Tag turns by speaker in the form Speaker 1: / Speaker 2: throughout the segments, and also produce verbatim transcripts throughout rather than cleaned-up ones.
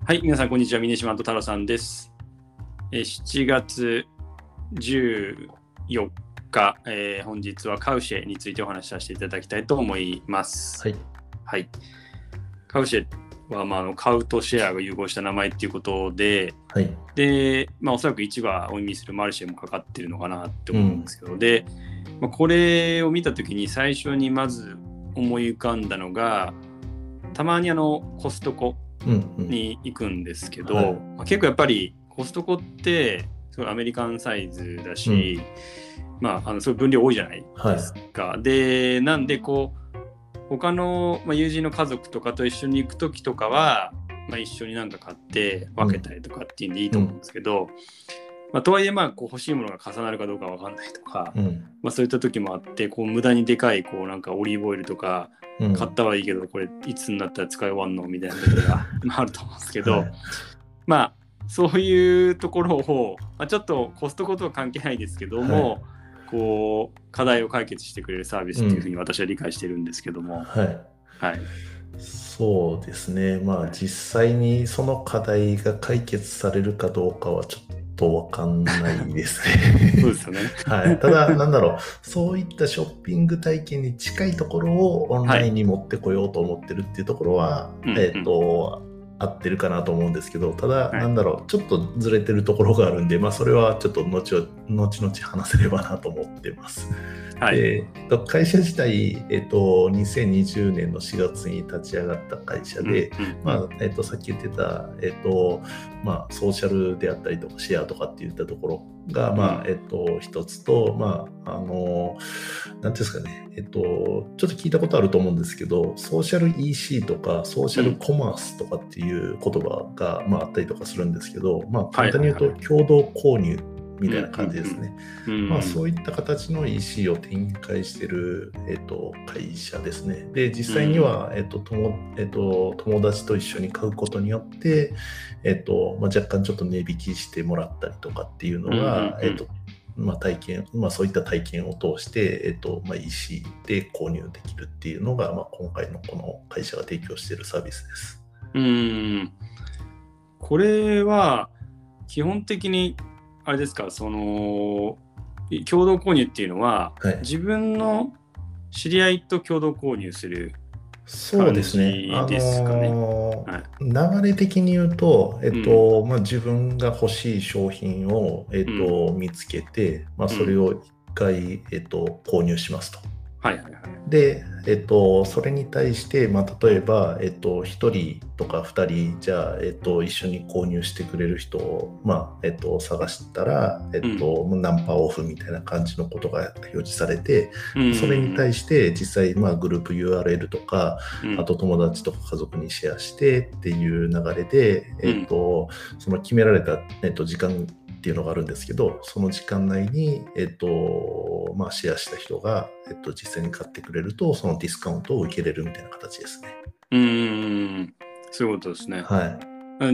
Speaker 1: はい、皆さんこんにちは。峰島と太郎さんです。えーしちがつじゅうよっか、えー本日はカウシェについてお話しさせていただきたいと思います。
Speaker 2: はい。
Speaker 1: はい、カウシェは、まあ、あの買うとシェアが融合した名前っていうことで、
Speaker 2: はい。
Speaker 1: で、まあ、おそらく市場を意味するマルシェもかかってるのかなって思うんですけど、うん、で、まあ、これを見たときに最初にまず思い浮かんだのが、たまにあのコストコに行くんですけど、うんうん、はい、まあ、結構やっぱりコストコってすごいアメリカンサイズだし、うん、まあ、あのそういう分量多いじゃないですか。はい、で、なんでこう他の、まあ、友人の家族とかと一緒に行くときとかは、まあ、一緒になんか買って分けたりとかっていうんでいいと思うんですけど、うん、まあ、とはいえまあこう欲しいものが重なるかどうか分かんないとか、うん、まあ、そういった時もあって、こう無駄にでかいこうなんかオリーブオイルとか買ったはいいけど、これいつになったら使い終わんのみたいな時があると思うんですけど、はい、まあそういうところを、まあ、ちょっとコストコとは関係ないですけども、はい、こう課題を解決してくれるサービスっていうふうに私は理解してるんですけども、
Speaker 2: うん、はい、はい、そうですね。まあ実際にその課題が解決されるかどうかはちょっとわかんないですね。
Speaker 1: そうですよね。
Speaker 2: はい。ただ、なんだろう、そういったショッピング体験に近いところをオンラインに持ってこようと思ってるっていうところは、はい、えっと、うんうん、合ってるかなと思うんですけど、ただ、はい、なんだろう、ちょっとずれてるところがあるんで、まあ、それはちょっと後々、後々話せればなと思ってます。はい、で会社自体、えっと、にせんにじゅうねんのしがつに立ち上がった会社で、うんうんうん、まあえっと、さっき言ってた、えっとまあ、ソーシャルであったりとかシェアとかっていったところが、まあえっと、一つと、まあ、あのなんていうんですかね、えっと、ちょっと聞いたことあると思うんですけど、ソーシャル イーシー とかソーシャルコマースとかっていう言葉が、まあ、あったりとかするんですけど、まあ、簡単に言うと共同購入みたいな感じですね。うんうんうん、まあ、そういった形の イーシー を展開している、えっと、会社ですね。で、実際には、えっと友えっと、友達と一緒に買うことによって、えっとまあ、若干ちょっと値引きしてもらったりとかっていうのが、うんうんうん、えっとまあ、体験、まあ、そういった体験を通して、えっとまあ、イーシー で購入できるっていうのが、まあ、今回のこの会社が提供しているサービスです。
Speaker 1: うーん。これは基本的にあれですか、その共同購入っていうのは、はい、自分の知り合いと共同購入する
Speaker 2: そうですね。
Speaker 1: 感じですかね。
Speaker 2: あのーはい、流れ的に言うと、えっと、うん、まあ、自分が欲しい商品を、えっと、うん、見つけて、まあ、それを一回、えっと、購入しますと。
Speaker 1: はいはいはい。
Speaker 2: で、えっと、それに対して、まあ、例えば、えっと、ひとりとかふたり、じゃあ、えっと、一緒に購入してくれる人を、まあ、えっと、探したら、えっと、うん、ナンパオフみたいな感じのことが表示されて、うん、それに対して、実際、まあ、グループ ユーアールエル とか、うん、あと友達とか家族にシェアしてっていう流れで、えっと、その決められた、えっと、時間っていうのがあるんですけど、その時間内に、えっと、まあ、シェアした人が、えっと、実際に買ってくれると、そのディスカウントを受けれるみたいな形ですね。
Speaker 1: うーん、そういうことですね。はい。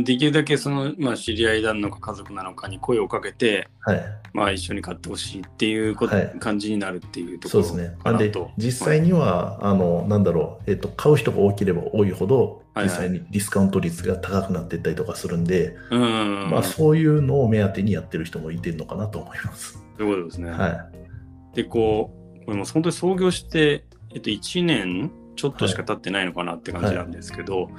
Speaker 1: できるだけその、まあ、知り合いなのか家族なのかに声をかけて、はい、まあ、一緒に買ってほしいっていうこと、はい、感じになるっていうところかなと。そうですね。なんで、
Speaker 2: 実際には、はい、あの、なんだろう、えっと、買う人が多ければ多いほど、実際にディスカウント率が高くなっていったりとかするんで、はい、まあ、そういうのを目当てにやってる人もいてるのかなと思います。
Speaker 1: そういうことですね。はい。で、こう、これも本当に創業して、えっと、いちねんちょっとしか経ってないのかなって感じなんですけど、はいはい、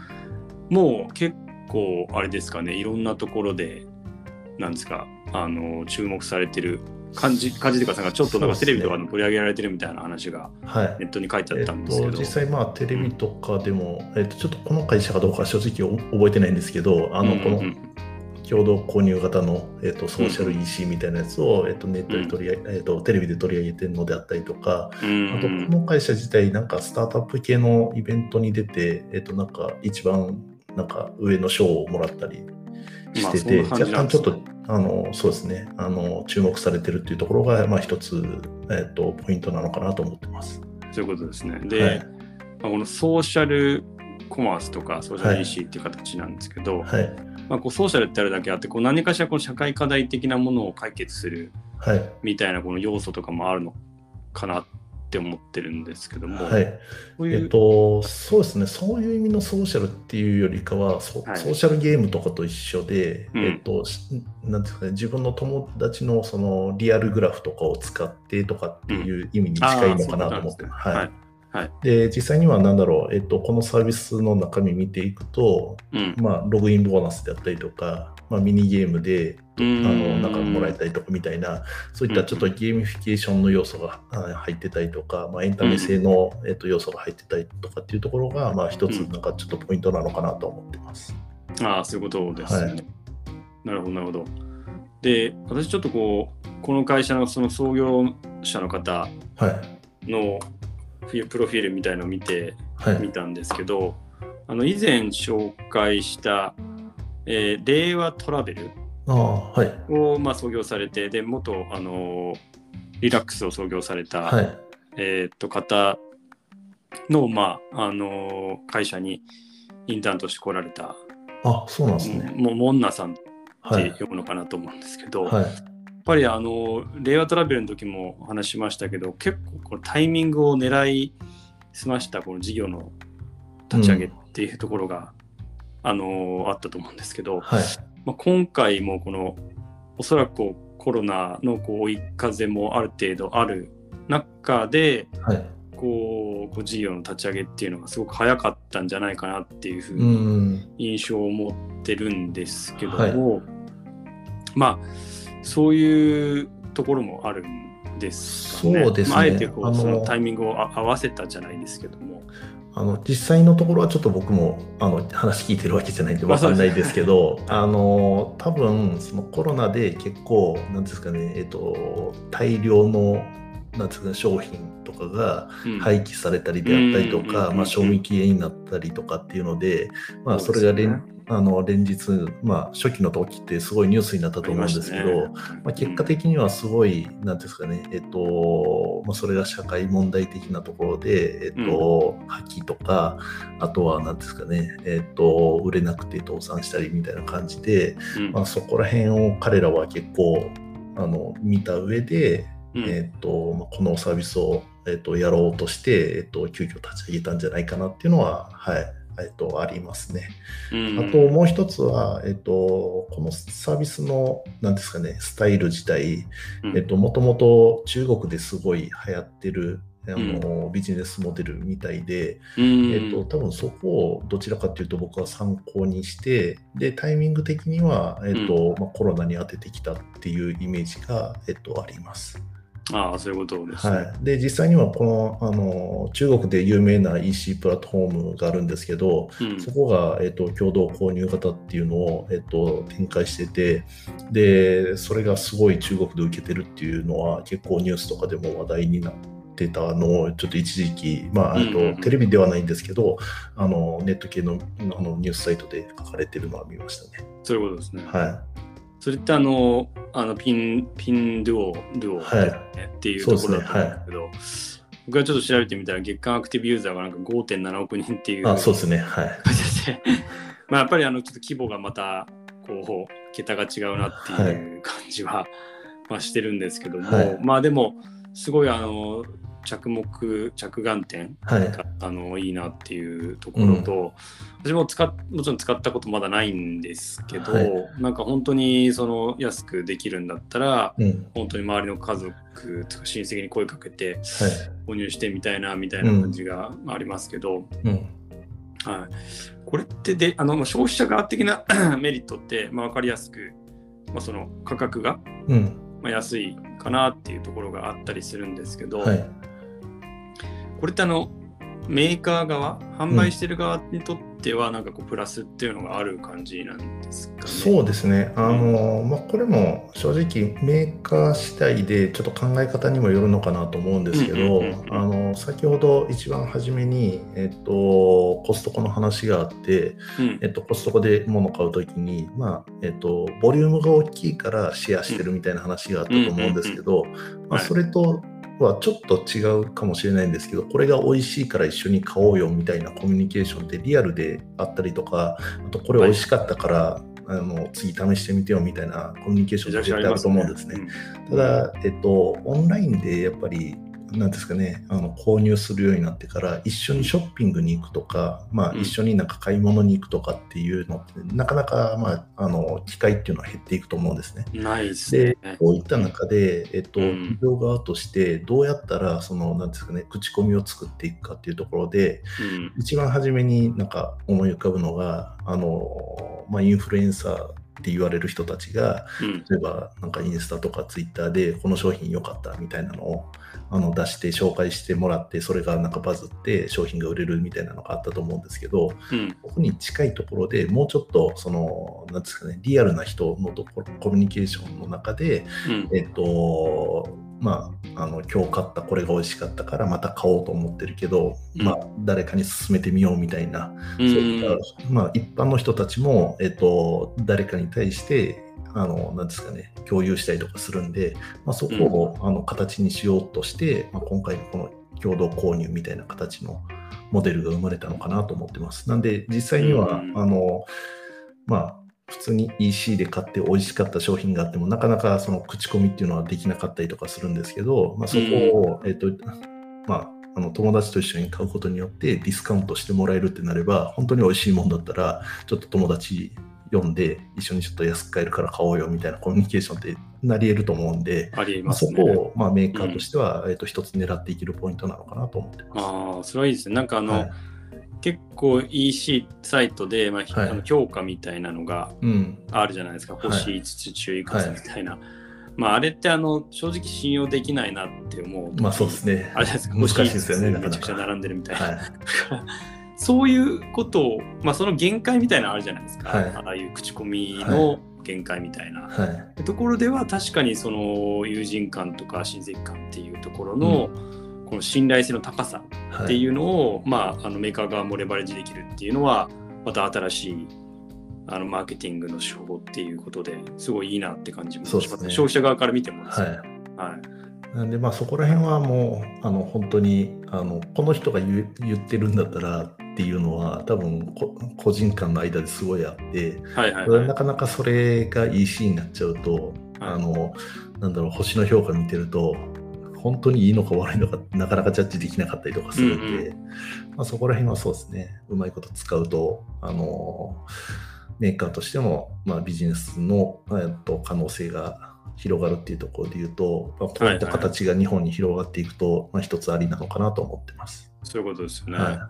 Speaker 1: もう結構、あれですかね、いろんなところで、なんですか、あの、注目されてる感じ、感じというか、さんがちょっとなんかテレビとかで取り上げられてるみたいな話が、ネットに書いてあったんですけど。
Speaker 2: はい、えっと、実際、まあ、テレビとかでも、うん、えっと、ちょっとこの会社かどうか正直覚えてないんですけど、あの、この、うんうんうん共同購入型の、えーと、ソーシャル イーシー みたいなやつを、うんえーと、ネットで取り上げ、うんえーと、テレビで取り上げてるのであったりとか、うん、あとこの会社自体なんかスタートアップ系のイベントに出て、えーと、なんか一番なんか上の賞をもらったりしてて、まあ、若干ちょっとあのそうですねあの注目されてるっていうところが、まあ、一つ、えーと、ポイントなのかなと思ってます。
Speaker 1: そういうことですね。で、はいまあ、このソーシャルコマースとかソーシャル イーシー っていう形なんですけど、はいはいまあ、こうソーシャルってあるだけあってこう何かしらこう社会課題的なものを解決するみたいなこの要素とかもあるのかなっって思ってるんですけども、
Speaker 2: はい、
Speaker 1: こういう
Speaker 2: えっと、そうですね、そういう意味のソーシャルっていうよりかは、ソ、
Speaker 1: はい、
Speaker 2: ソーシャルゲームとかと一緒で、
Speaker 1: うん、
Speaker 2: えっと、なんていうかね、自分の友達のそのリアルグラフとかを使ってとかっていう意味に近いのかなと思ってます。はい。はい、で、実際には何だろう、えっと、このサービスの中身見ていくと、うん、まあ、ログインボーナスであったりとか、まあ、ミニゲームであのなんかもらえたりとかみたいな、そういったちょっとゲーミフィケーションの要素が入ってたりとか、まあ、エンタメ性の、えっと、要素が入ってたりとかっていうところが、まあ、一つなんかちょっとポイントなのかなと思ってます。
Speaker 1: うん、ああ、そういうことですね。はい、なるほど、なるほど。で、私ちょっとこう、この会社のその創業者の方のプロフィールみたいのを見てみたんですけど、はい、あの以前紹介した、えー、令和トラベルを、はい、まあ、創業されて、で元あのリラックスを創業された、はい、えー、っと方の、まあ、あの会社にインターンとして来られた、
Speaker 2: あ、そうなんですね。
Speaker 1: もモンナさんって呼ぶのかなと思うんですけど、はいはい、やっぱりあの令和トラベルの時もお話しましたけど、結構このタイミングを狙いすましたこの事業の立ち上げっていうところが、うん、あのあったと思うんですけど、はい、まあ、今回もこのおそらくこうコロナのこう追い風もある程度ある中で、はい、こうこう事業の立ち上げっていうのがすごく早かったんじゃないかなっていうふうに印象を持ってるんですけども、はい、まあそういうところもあるんですかね。
Speaker 2: そうですね。
Speaker 1: まあ、あえてこうそのタイミングを合わせたじゃないですけども。
Speaker 2: あの実際のところはちょっと僕もあの話聞いてるわけじゃないんで分かんないですけど、あ, あの多分そのコロナで結構なんですかね、えっと大量のなんですかね、商品とかが廃棄されたりであったりとか、まあ賞味期限になったりとかっていうので、まあそれが連あの連日、まあ、初期の時ってすごいニュースになったと思うんですけど、まあまあ、結果的にはすごい、なんていうんですかね、えっと、まあ、それが社会問題的なところで、えっと、うん、破棄とか、あとは、なんですかね、えっと、売れなくて倒産したりみたいな感じで、うん、まあ、そこら辺を彼らは結構、あの、見た上で、うん、えっと、まあ、このサービスを、えっと、やろうとして、えっと、急遽立ち上げたんじゃないかなっていうのは、はい。えっと、ありますね。うん、あともう一つは、えっと、このサービスの何ですかね、スタイル自体、うん、えっと、もともと中国ですごい流行ってるあの、うん、ビジネスモデルみたいで、うん、えっと、多分そこをどちらかというと僕は参考にして、で、タイミング的には、えっと、うん、まあ、コロナに当ててきたっていうイメージが、えっと、あります。
Speaker 1: ああ、そういうことですね。
Speaker 2: はい、で実際にはこの、あの中国で有名な イーシー プラットフォームがあるんですけど、うん、そこが、えっと、共同購入型っていうのを、えっと、展開してて、でそれがすごい中国で受けてるっていうのは結構ニュースとかでも話題になってたのをちょっと一時期、まあ、あとテレビではないんですけど、あのネット系の、あのニュースサイトで書かれてるのは見ましたね。
Speaker 1: そういうことですね。
Speaker 2: はい。
Speaker 1: それってあの、あのピン、ピンドゥオ、ドゥオ、はい、っていうところだと思うんですけど、はい、僕がちょっと調べてみたら月間アクティブユーザーがなんか ごてんななおくにんっていう。
Speaker 2: あ、そうですね。はい。
Speaker 1: まあやっぱりあのちょっと規模がまたこう桁が違うなっていう感じは、はい、まあしてるんですけども、はい、まあでもすごいあの着目着眼点が、はい、あのいいなっていうところと、うん、私も使っもちろん使ったことまだないんですけど、はい、なんか本当にその安くできるんだったら、うん、本当に周りの家族とか親戚に声かけて購入してみたいなみたいな感じがありますけど、うんうん、はい、これってであの消費者側的なメリットって、まあ、分かりやすく、まあ、その価格が、うんまあ、安いかなっていうところがあったりするんですけど、はい、これってあのメーカー側、販売してる側にとってはなんかこうプラスっていうのがある感じなんですかね。
Speaker 2: そうですね。あの、うんまあ、これも正直メーカー次第でちょっと考え方にもよるのかなと思うんですけど、あの先ほど一番初めにえっとコストコの話があって、うん、えっとコストコで物を買うときにまあえっとボリュームが大きいからシェアしてるみたいな話があったと思うんですけど、まあそれとはちょっと違うかもしれないんですけど、これが美味しいから一緒に買おうよみたいなコミュニケーションってリアルであったりとか、あとこれ美味しかったから、はい、あの次試してみてよみたいなコミュニケーションが絶対あると思うんですね。うん、ただ、えっと、オンラインでやっぱりなんですかね、あの購入するようになってから一緒にショッピングに行くとか、まあ、一緒になんか買い物に行くとかっていうのって、うん、なかなか、まあ、あの機会っていうのは減っていくと思うんですね。
Speaker 1: ないですね。
Speaker 2: で、こういった中で、えっと、
Speaker 1: うん、
Speaker 2: 企業側としてどうやったらそのなんですかね、口コミを作っていくかっていうところで、うん、一番初めになんか思い浮かぶのが、あの、まあ、インフルエンサーって言われる人たちが、うん、例えばなんかインスタとかツイッターでこの商品良かったみたいなのをあの出して紹介してもらって、それがなんかバズって商品が売れるみたいなのがあったと思うんですけど、うん、ここに近いところでもうちょっとそのなんですかね、リアルな人のところコミュニケーションの中で、うん、えっとまあ、あの今日買ったこれが美味しかったからまた買おうと思ってるけど、うん、まあ、誰かに勧めてみようみたいな、うん、そういった、まあ、一般の人たちも、えっと、誰かに対してあのなんですかね、共有したりとかするんで、まあ、そこを、うん、あの形にしようとして、まあ、今回のこの共同購入みたいな形のモデルが生まれたのかなと思ってます。なんで実際には、うん、あのまあ普通に イーシー で買って美味しかった商品があってもなかなかその口コミっていうのはできなかったりとかするんですけど、まあ、そこを、うん、えっとまあ、あの友達と一緒に買うことによってディスカウントしてもらえるってなれば、本当に美味しいもんだったらちょっと友達呼んで一緒にちょっと安く買えるから買おうよみたいなコミュニケーションってなり得ると思うんで、
Speaker 1: ありますね。
Speaker 2: まあ、そこを、まあ、メーカーとしては、うん、えっと、一つ狙っていけるポイントなのかなと思ってます。
Speaker 1: ああ、それはいいですね。なんかあの、はい、結構 イーシー サイトで、まあはい、あの評価みたいなのがあるじゃないですか。うん、星いつつ中いくつみたいな。はい、まあ、あれってあの正直信用できないなって思う。
Speaker 2: まあそうですね。
Speaker 1: あれじゃないですか。
Speaker 2: 難しいですよね。
Speaker 1: めちゃくちゃ並んでるみたいな。はい、そういうことを、まあその限界みたいなのあるじゃないですか。はい、ああいう口コミの限界みたいな。はい、ところでは確かにその友人間とか親戚間っていうところの、うんこの信頼性の高さっていうのを、はいまあ、あのメーカー側もレバレッジできるっていうのはまた新しいあのマーケティングの手法っていうことですごいいいなって感じもしますね。消費者側から見てもですね。はいはい、
Speaker 2: なんでまあそこら辺はもうあの本当にあのこの人が 言, 言ってるんだったらっていうのは多分個人間の間ですごいあって、はいはいはい、なかなかそれが イーシー になっちゃうと、はい、あのなんだろう星の評価見てると本当にいいのか悪いのかなかなかジャッジできなかったりとかするんで、うんうんまあ、そこら辺はそうですね、うまいこと使うとあのメーカーとしても、まあ、ビジネスの、えっと、可能性が広がるっていうところでいうと、まあ、こういった形が日本に広がっていくと、はいはいまあ、一つありなのかなと思ってます。
Speaker 1: そういうことですよね。はい、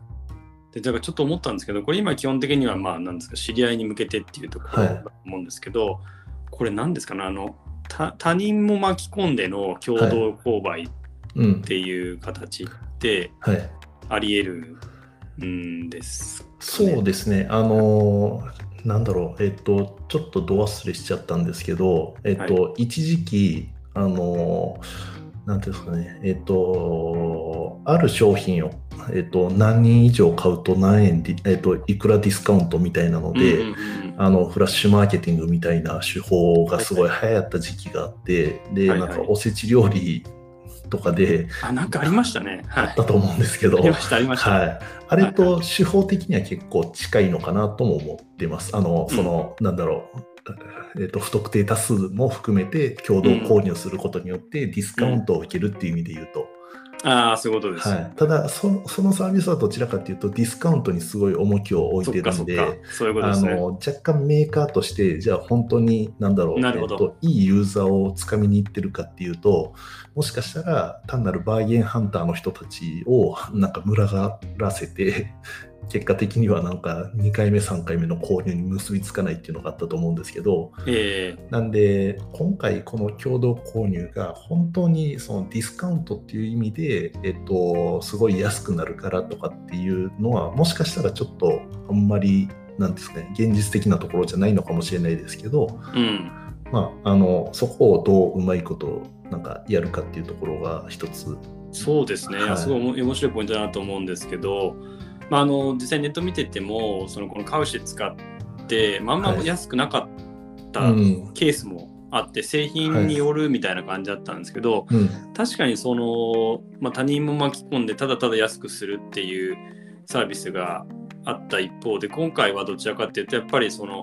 Speaker 1: でだからちょっと思ったんですけど、これ今基本的にはまあなんですか知り合いに向けてっていうところだと思うんですけど、はい、これ何ですかねあの他人も巻き込んでの共同購買っていう形ってあり得るんですかね。
Speaker 2: そうですね。あのなんだろう、えっとちょっとど忘れしちゃったんですけど、えっと、はい、一時期あのなんていうんですかね、えっとある商品をえっと何人以上買うと何円で、えっといくらディスカウントみたいなので、うんうんうん、あのフラッシュマーケティングみたいな手法がすごい流行った時期があって、はいはい、で、はいはい、なんかおせち料理とかで
Speaker 1: あなんかありましたね。
Speaker 2: あったと思うんですけど、
Speaker 1: ありましたありました。
Speaker 2: はい、あれと手法的には結構近いのかなとも思ってます。あのその、うん、なんだろう、えーと、不特定多数も含めて共同購入することによってディスカウントを受けるっていう意味で言うと。
Speaker 1: うん、ああそういうことです、
Speaker 2: はい、ただ そ, そのサービスはどちらかというとディスカウントにすごい重きを置いてるんで、若干メーカーとしてじゃあ本当に何だろう、えーと、いいユーザーをつかみにいってるかっていうと、もしかしたら単なるバーゲンハンターの人たちをなんか群がらせて結果的にはなんかにかいめさんかいめの購入に結びつかないっていうのがあったと思うんですけど、えー、なんで今回この共同購入が本当にそのディスカウントっていう意味で、えっと、すごい安くなるからとかっていうのはもしかしたらちょっとあんまりなんですかね、現実的なところじゃないのかもしれないですけど、うんまあ、あのそこをどううまいことなんかやるかっていうところが一つ。
Speaker 1: そうですね、はい、すごい面白いポイントだなと思うんですけど、まあ、あの実際ネット見ててもそのこのカウシ使ってまああんま安くなかったケースもあって、はい、製品によるみたいな感じだったんですけど、はいうん、確かにその、まあ、他人も巻き込んでただただ安くするっていうサービスがあった一方で、今回はどちらかっていうとやっぱりその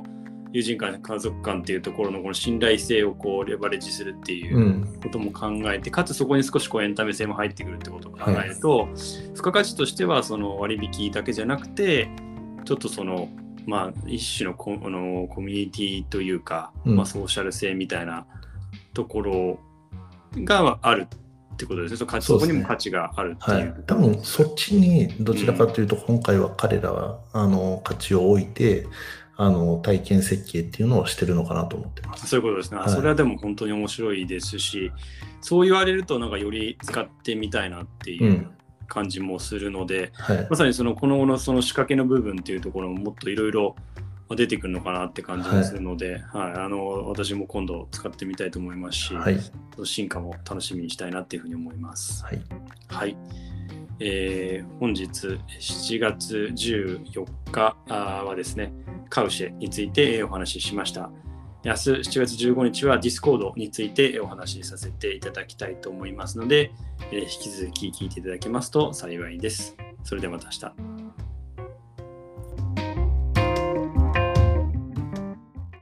Speaker 1: 友人間、家族間っていうところのこの信頼性をこうレバレッジするっていうことも考えて、うん、かつそこに少しこうエンタメ性も入ってくるってことを考えると、はい、付加価値としてはその割引だけじゃなくて、ちょっとその、まあ、一種のコ、あのコミュニティというか、うん、まあ、ソーシャル性みたいなところがあるってことですね。そこ、そこにも価値があるっていう。はい、
Speaker 2: 多分そっちにどちらかというと、今回は彼らは、うん、あの価値を置いて、あの体験設計っていうのをしてるのかなと思ってます。
Speaker 1: そういうことですね。はい、それはでも本当に面白いですし、そう言われるとなんかより使ってみたいなっていう感じもするので、うん、はい、まさにそのこの後のその仕掛けの部分っていうところももっといろいろ出てくるのかなって感じがするので、はいはい、あの私も今度使ってみたいと思いますし、はい、進化も楽しみにしたいなっていうふうに思います。はい、はい、えー、本日しちがつじゅうよっかはですね、カウシェについてお話ししました。明日しちがつじゅうごにちはディスコードについてお話しさせていただきたいと思いますので、引き続き聞いていただけますと幸いです。それではまた明日。